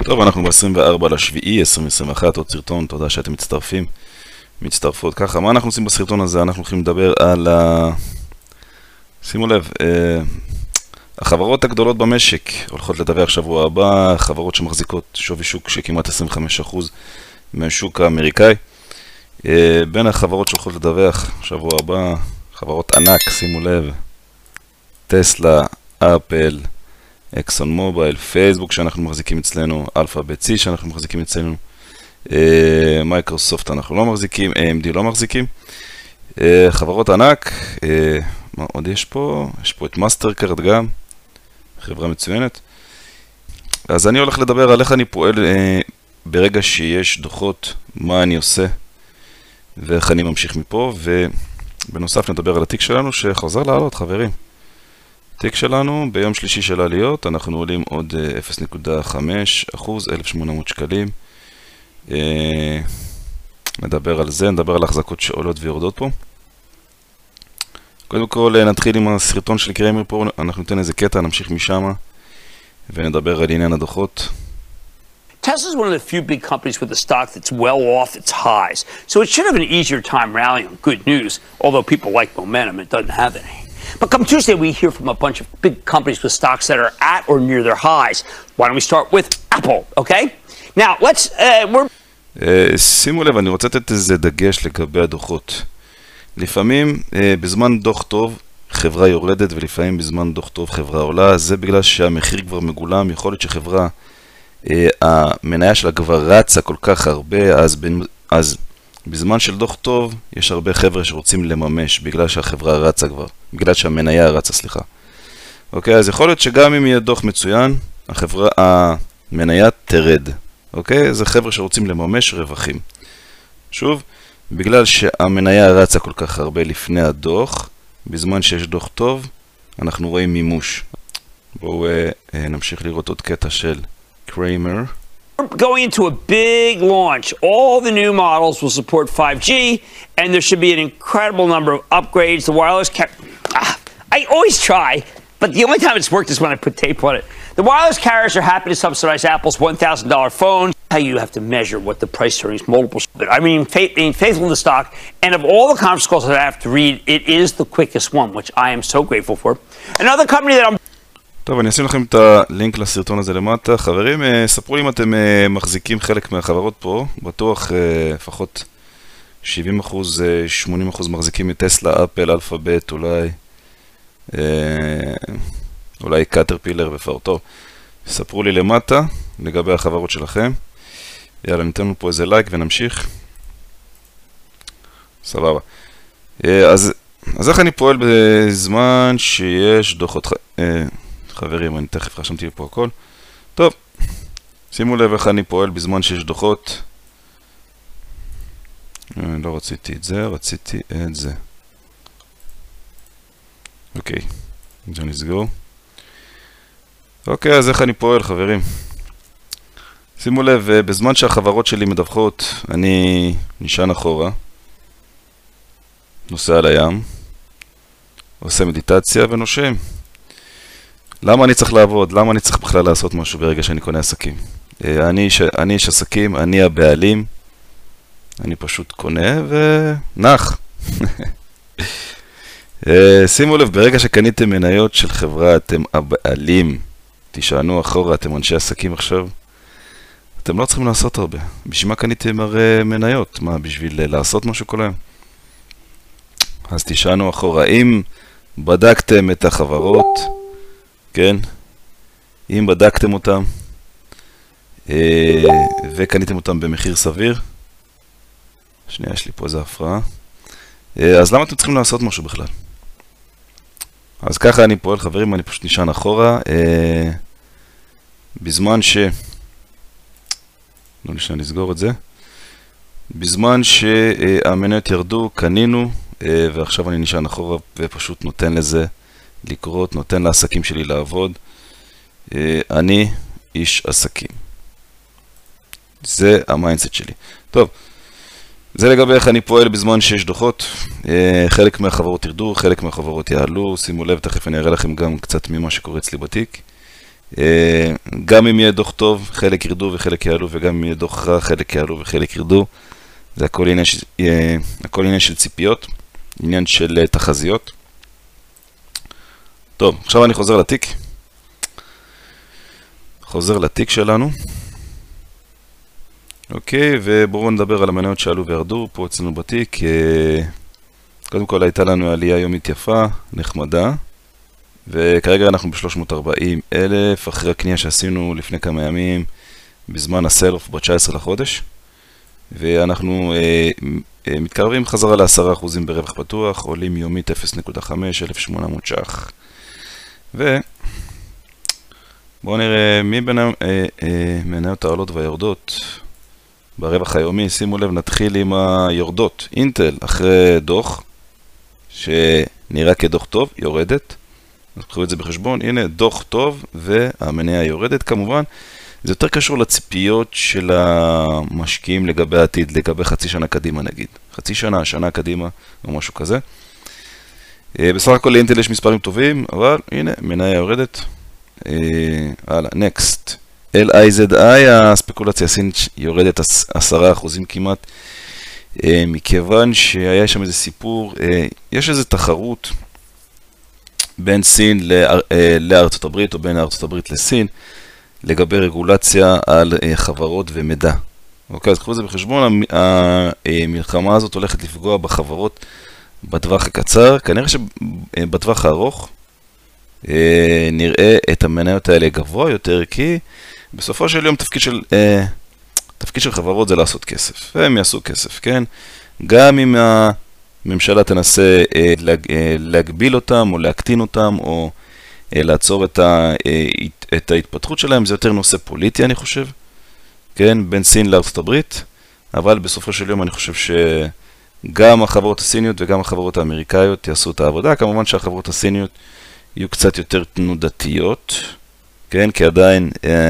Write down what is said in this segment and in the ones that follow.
טוב, אנחנו ב-24 לשביעי 2021, עוד סרטון, תודה שאתם מצטרפות. ככה, מה אנחנו עושים בסרטון הזה? אנחנו הולכים לדבר על שימו לב, החברות הגדולות במשק הולכות לדווח שבוע הבא, חברות שמחזיקות שווי שוק שכמעט 25% מהשוק האמריקאי. בין החברות שהולכות לדווח שבוע הבא, חברות ענק, שימו לב, טסלה, אפל, אקסון מובייל, פייסבוק שאנחנו מחזיקים אצלנו, אלפאבית C שאנחנו מחזיקים אצלנו, מייקרוסופט אנחנו לא מחזיקים, AMD לא מחזיקים, חברות ענק. מה עוד יש פה? יש פה את מאסטרקארד גם, חברה מצוינת. אז אני הולך לדבר על איך אני פועל ברגע שיש דוחות, מה אני עושה ואיך אני ממשיך מפה, ובנוסף נדבר על התיק שלנו שחזר לעלות, חברים. התיק שלנו ביום שלישי של העליות, אנחנו עולים עוד 0.5%, 1,800 שקלים. נדבר על זה, נדבר על החזקות שעולות ויורדות פה. קודם כל נתחיל עם הסרטון של קריימר פה, אנחנו ניתן איזה קטע, נמשיך משם ונדבר על עניין הדוחות. Tesla is one of the few big companies with a stock that's well off its highs, so it should have an easier time rallying on good news, although people like momentum, it doesn't have any. But come Tuesday, we hear from a bunch of big companies with stocks that are at or near their highs. Why don't we start with Apple, okay? Now, שימו לב, אני רוצה לתת איזה דגש לגבי הדוחות. לפעמים בזמן דוח טוב חברה יורדת, ולפעמים בזמן דוח טוב חברה עולה. זה בגלל שהמחיר כבר מגולם. יכול להיות שחברה, המניה שלה כבר רצה כל כך הרבה, אז בזמן של דוח טוב יש הרבה חבר'ה שרוצים לממש בגלל שהחברה רצה כבר, בגלל שהמניה רצה, סליחה. אוקיי, אז יכול להיות שגם אם יהיה דוח מצוין, המניה תרד. אוקיי, זה חבר'ה שרוצים לממש רווחים. שוב, בגלל שהמניה רצה כל כך הרבה לפני הדוח, בזמן שיש דוח טוב, אנחנו רואים מימוש. בואו נמשיך לראות עוד קטע של קריימר. We're going into a big launch. All the new models will support 5G, and there should be an incredible number of upgrades. The wireless I always try, but the only time it's worked is when I put tape on it. The wireless carriers are happy to subsidize Apple's $1,000 phone. How you have to measure what the price earnings multiples. But I mean, faithful to the stock, and of all the conference calls that I have to read, it is the quickest one, which I am so grateful for. Another company that I'm טוב, אני אשים לכם את הלינק לסרטון הזה למטה. חברים, ספרו לי אם אתם מחזיקים חלק מהחברות פה. בטוח לפחות 70%, 80% מחזיקים מטסלה, אפל, אלפאבית, אולי קטרפילר ופארטו. ספרו לי למטה לגבי החברות שלכם. יאללה, ניתן לנו פה איזה לייק ונמשיך. סבבה. אז איך אני פועל בזמן שיש דוחות חברים, אני תכף רשמתי פה הכל. טוב, שימו לב איך אני פועל בזמן שיש דוחות. לא רציתי את זה, רציתי את זה. אוקיי, זה נסגור. אוקיי, אז איך אני פועל, חברים? שימו לב, בזמן שהחברות שלי מדווחות, אני נשען אחורה, נוסע על הים, עושה מדיטציה ונושם. למה אני צריך לעבוד? למה אני צריך בכלל לעשות משהו ברגע שאני קונה עסקים? אני איש עסקים, אני הבעלים, אני פשוט קונה ונח. שימו לב, ברגע שקניתם מניות של חברה, אתם הבעלים, תשענו אחורה, אתם אנשי עסקים עכשיו, אתם לא צריכים לעשות הרבה. בשביל מה קניתם הרי מניות? מה, בשביל לעשות משהו כל היום? אז תשענו אחורה. אם בדקתם את החברות, כן, אם בדקתם אותם וקניתם אותם במחיר סביר, שנייה, יש לי פה איזה הפרעה, אז למה אתם צריכים לעשות משהו בכלל? אז ככה אני פועל, חברים, אני פשוט נשען אחורה, בזמן לא נשען לסגור את זה, בזמן שהמניות ירדו, קנינו, ועכשיו אני נשען אחורה ופשוט נותן לזה לקרות, נותן לעסקים שלי לעבוד. אני איש עסקים. זה המיינדסט שלי. טוב, זה לגבי איך אני פועל בזמן שיש דוחות. חלק מהחברות ירדו, חלק מהחברות יעלו. שימו לב, תכף אני אראה לכם גם קצת ממה שקורה אצלי בתיק. גם אם יהיה דוח טוב, חלק ירדו וחלק יעלו, וגם אם יהיה דוח רע, חלק יעלו וחלק ירדו. זה הכל עניין של ציפיות, עניין של תחזיות. טוב, עכשיו אני חוזר לתיק שלנו. אוקיי, ובואו נדבר על המניות שעלו וירדו פה אצלנו בתיק. קודם כל הייתה לנו עלייה יומית יפה, נחמדה, וכרגע אנחנו ב-340,000 אחרי הקנייה שעשינו לפני כמה ימים בזמן הסל-אוף ב-19 לחודש, ואנחנו מתקרבים חזרה ל10% ברווח פתוח, עולים יומית 0.5, 1,800 ש"ח. ובואו נראה מי בין מניות העולות והיורדות ברווח היומי. שימו לב, נתחיל עם היורדות. אינטל אחרי דוח שנראה כדוח טוב, יורדת. אז קחו את זה בחשבון. הנה, דוח טוב והמניה יורדת. כמובן, זה יותר קשור לציפיות של המשקיעים לגבי העתיד, לגבי חצי שנה קדימה נגיד. חצי שנה, שנה קדימה או משהו כזה. בסך הכל לאינטל יש מספרים טובים, אבל הנה, מניה יורדת. הלאה, next. LIZI, הספקולציה הסינית יורדת 10% כמעט, מכיוון שהיה שם איזה סיפור, יש איזו תחרות בין סין לארצות הברית, או בין ארצות הברית לסין, לגבי רגולציה על חברות ומידע. אוקיי, אז קחו את זה בחשבון, המלחמה הזאת הולכת לפגוע בחברות בטווח הקצר, כנראה שבטווח הארוך נראה את המניות האלה גבוה יותר, כי בסופו של יום תפקיד של חברות זה לעשות כסף, והם יעשו כסף, כן? גם אם הממשלה תנסה להגביל אותם או להקטין אותם או לעצור את ההתפתחות שלהם, זה יותר נושא פוליטי אני חושב, כן? בין סין לארצות הברית, אבל בסופו של יום אני חושב שגם החברות הסיניות וגם החברות האמריקאיות יעשו את העבודה. כמובן שהחברות הסיניות יהיו קצת יותר תנודתיות, כן? כי עדיין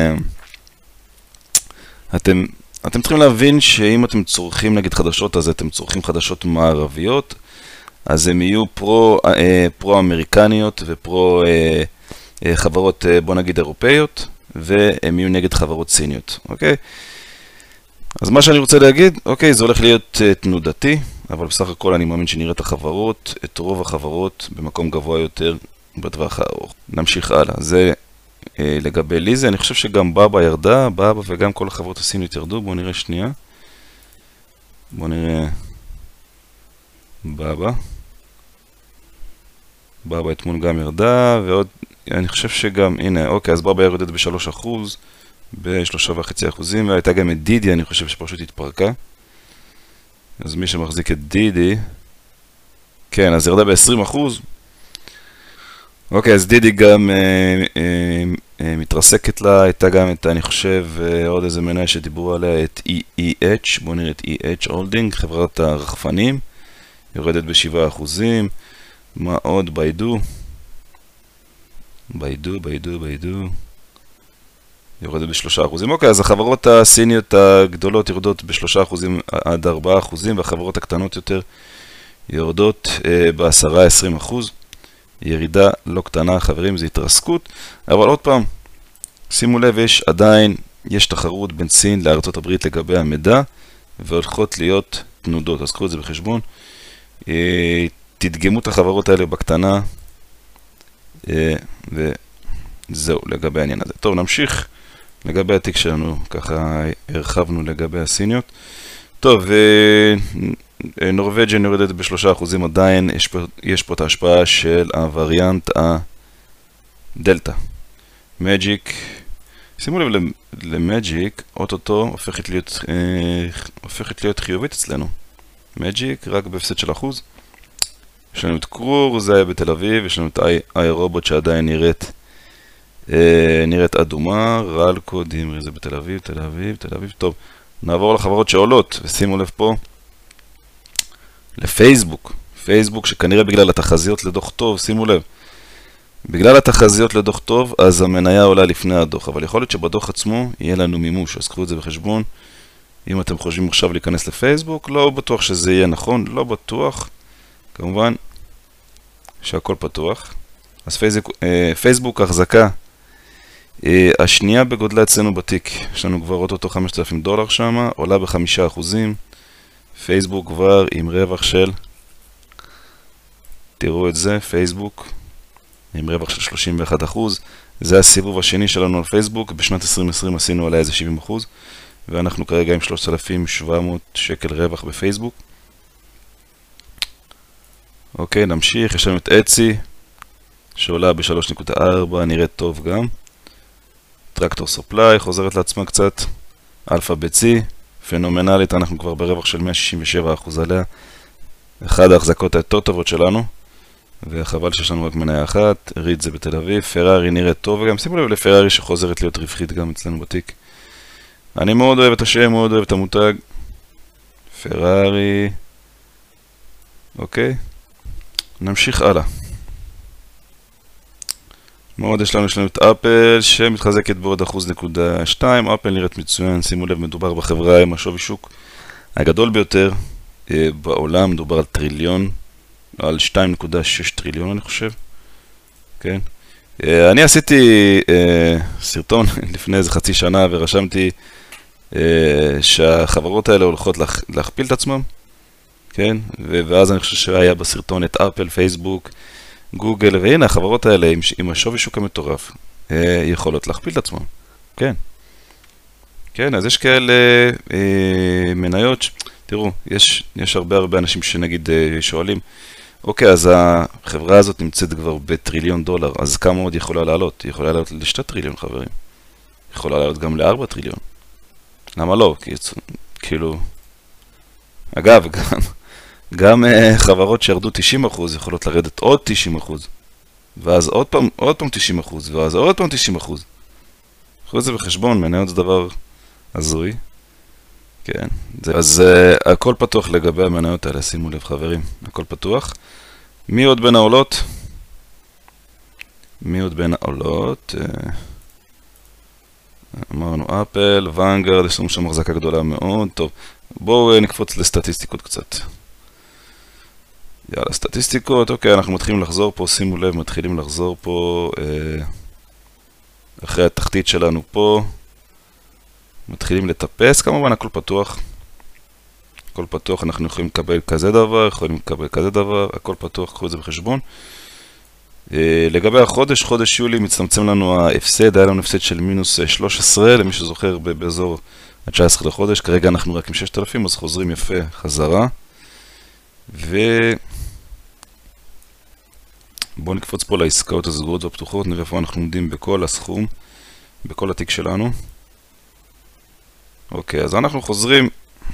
אתם צריכים להבין שאם אתם צורכים נגיד חדשות, אז אתם צורכים חדשות מערביות, אז הם יהיו פרו-אמריקניות ופרו חברות, בוא נגיד, אירופאיות, והם יהיו נגד חברות סיניות, אוקיי? אז מה שאני רוצה להגיד, אוקיי, זה הולך להיות תנודתי, אבל בסך הכל אני מאמין שנראה את החברות, את רוב החברות, במקום גבוה יותר בטווח הארוך. נמשיך הלאה. זה לגבי ליזה, אני חושב שגם בבא ירדה, בבא וגם כל החברות הסיניות ירדו. בואו נראה שנייה. בואו נראה בבא. בבא אתמול גם ירדה, ועוד, אני חושב שגם, הנה, אוקיי, אז בבא ירדת ב3%, ב3.5%, והייתה גם את דידי, אני חושב שפשוט התפרקה. אז מי שמחזיק את דידי, כן, אז ירדה ב20%. אוקיי, אז דידי גם מתרסקת לה, הייתה גם את, אני חושב, עוד איזה מניה שדיברו עליה, את EEH, בואו נראה את EEH הולדינג, חברת הרחפנים, יורדת ב7%. מה עוד? ביידו, יורדת ב3%. אוקיי, אז החברות הסיניות הגדולות יורדות ב3% עד 4%, והחברות הקטנות יותר יורדות ב10-20%. ירידה לא קטנה, חברים, זה התרסקות, אבל עוד פעם, שימו לב, יש תחרות בין סין לארצות הברית לגבי המידע, והולכות להיות תנודות, אז קחו את זה בחשבון. תדגמו את החברות האלה בקטנה, וזהו, לגבי העניין הזה. טוב, נמשיך לגבי התיק שלנו, ככה הרחבנו לגבי הסיניות. טוב, נורווג'ן יורדת ב3%, עדיין יש פה את ההשפעה של הווריאנט הדלטה. מג'יק, שימו לב למג'יק, אוטוטו הופכת להיות חיובית אצלנו. מג'יק רק בהפסד של 1%. יש לנו את קרור, זה היה בתל אביב, יש לנו את איי רובוט שעדיין נראית אדומה, רלקו, דימרי, זה בתל אביב, תל אביב. טוב, נעבור לחברות שעולות, ושימו לב פה לפייסבוק. פייסבוק שכנראה בגלל התחזיות לדוח טוב, שימו לב, בגלל התחזיות לדוח טוב, אז המניה עולה לפני הדוח, אבל יכול להיות שבדוח עצמו יהיה לנו מימוש, אז קחו את זה בחשבון. אם אתם חושבים עכשיו להיכנס לפייסבוק, לא בטוח שזה יהיה נכון, לא בטוח, כמובן שהכל פתוח. אז פייסבוק החזקה השנייה בגודלה אצלנו בתיק, יש לנו כבר אותו $5,000 שם, עולה ב5%. פייסבוק כבר עם רווח של, תראו את זה, פייסבוק עם רווח של 31%. זה הסיבוב השני שלנו על פייסבוק, בשנת 2020 עשינו עליה איזה 70%, ואנחנו כרגע עם 3,700 שקל רווח בפייסבוק. אוקיי, נמשיך, יש לנו את אצי, שעולה ב3.4, נראית טוב גם. טרקטור סופליי, חוזרת לעצמה קצת. אלפא בצי, פנומנלית, אנחנו כבר ברווח של 167% עליה. אחד ההחזקות היותר טובות שלנו, וחבל שיש לנו רק מניה אחת. ריד זה בתל אביב, פרארי נראית טוב, וגם שימו לב לפרארי שחוזרת להיות רווחית גם אצלנו בתיק. אני מאוד אוהב את השם, מאוד אוהב את המותג. פרארי. אוקיי. נמשיך הלאה. מאוד יש לנו את אפל שמתחזקת בעוד 1.2%. אפל נראית מצוין, שימו לב, מדובר בחברה עם השווי שוק הגדול ביותר בעולם, מדובר על טריליון, על 2.6 טריליון אני חושב. כן. אני עשיתי סרטון לפני איזה חצי שנה ורשמתי שהחברות האלה הולכות להכפיל את עצמם. כן, ואז אני חושב שהיה בסרטון את אפל, פייסבוק, גוגל, והנה החברות האלה עם השווי שוק המטורף יכולות להכפיל את עצמם. כן. כן, אז יש כאלה מניות, תראו, יש הרבה אנשים שנגיד שואלים, אוקיי, אז החברה הזאת נמצאת כבר בטריליון דולר, אז כמה עוד יכולה לעלות? היא יכולה לעלות ל2 טריליון, חברים. יכולה לעלות גם ל4 טריליון. למה לא? כאילו, אגב, גם חברות שירדו 90% יכולות לרדת עוד 90%, ואז עוד פעם 90%, ואז עוד פעם 90%. קחו את זה בחשבון, מניות זה דבר הזוי. כן, אז הכל פתוח לגבי המניות האלה, שימו לב חברים, הכל פתוח. מי עוד בין העולות? אמרנו אפל, ונגרד, יש לנו שם החזקה גדולה מאוד. טוב, בואו נקפוץ לסטטיסטיקות קצת. יאללה, סטטיסטיקות, אוקיי, אנחנו מתחילים לחזור פה, שימו לב, מתחילים לחזור פה, אחרי התחתית שלנו פה, מתחילים לטפס, כמובן הכל פתוח. הכל פתוח, אנחנו יכולים לקבל כזה דבר, יכולים לקבל כזה דבר, הכל פתוח, קחו את זה בחשבון. לגבי החודש, חודש יולי מצטמצם לנו ההפסד, היה לנו הפסד של מינוס 13, למי שזוכר באזור ה-19 לחודש, כרגע אנחנו רק עם 6,000, אז חוזרים יפה חזרה. בואו נקפוץ פה לעסקאות הסגורות והפתוחות, נראה איפה אנחנו עומדים בכל הסכום, בכל התיק שלנו. אוקיי, אז אנחנו חוזרים,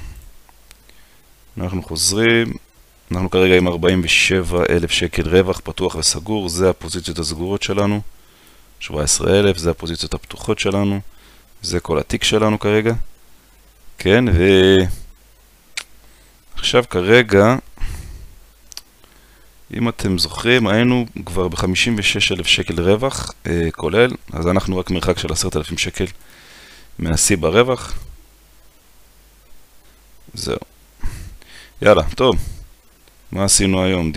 אנחנו כרגע עם 47,000 שקל רווח פתוח וסגור, זה הפוזיציות הסגורות שלנו, 17,000, זה הפוזיציות הפתוחות שלנו, זה כל התיק שלנו כרגע, כן, ועכשיו כרגע, אם אתם זוכרים, היינו כבר ב-56,000 שקל רווח כולל, אז אנחנו רק מרחק של 10,000 שקל מהשיא ברווח. זהו. יאללה, טוב. מה עשינו היום?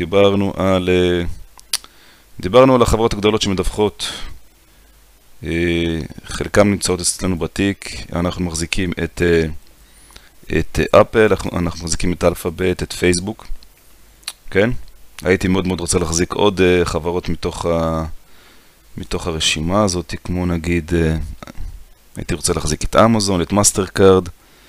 דיברנו על החברות הגדולות שמדווחות. חלקם נמצאות אצלנו בתיק. אנחנו מחזיקים את אפל, אנחנו מחזיקים את אלפאבית, את פייסבוק. כן? הייתי מאוד מאוד רוצה להחזיק עוד חברות מתוך הרשימה הזאת, כמו נגיד, הייתי רוצה להחזיק את אמזון, את מאסטרקארד,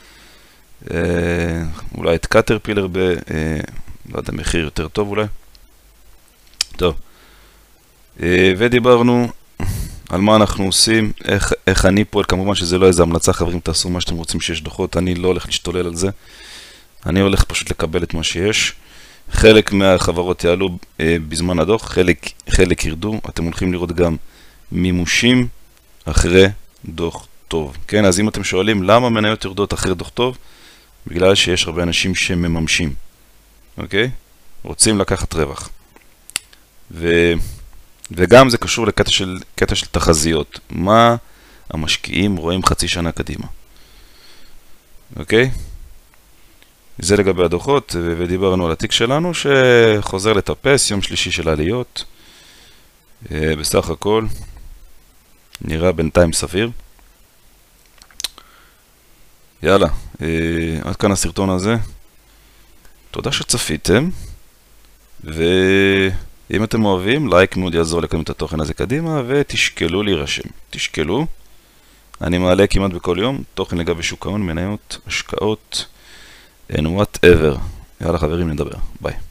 אולי את קטרפילר לא יודע, מחיר יותר טוב אולי. טוב. ודיברנו על מה אנחנו עושים, איך אני פועל, כמובן שזה לא איזה המלצה, חברים, תעשו מה שאתם רוצים שיש דוחות, אני לא הולך להשתולל על זה. אני הולך פשוט לקבל את מה שיש. חלק מהחברות יעלו בזמן הדוח, חלק ירדו. אתם הולכים לראות גם מימושים אחרי דוח טוב. כן, אז אם אתם שואלים למה מניות יורדות אחרי דוח טוב, בגלל שיש הרבה אנשים שמממשים. אוקיי? רוצים לקחת רווח. וגם זה קשור לקטע של תחזיות. מה המשקיעים רואים חצי שנה קדימה. אוקיי? זה לגבי הדוחות, ודיברנו על התיק שלנו שחוזר לטפס, יום שלישי של העליות. בסך הכל, נראה בינתיים סביר. יאללה, עד כאן הסרטון הזה. תודה שצפיתם, ואם אתם אוהבים, לייק מאוד יעזור לקדם את התוכן הזה קדימה, ותשקלו להירשם. תשקלו. אני מעלה כמעט בכל יום תוכן לגבי שוק ההון, מניות, השקעות, and whatever. יאללה חברים, נדבר. ביי.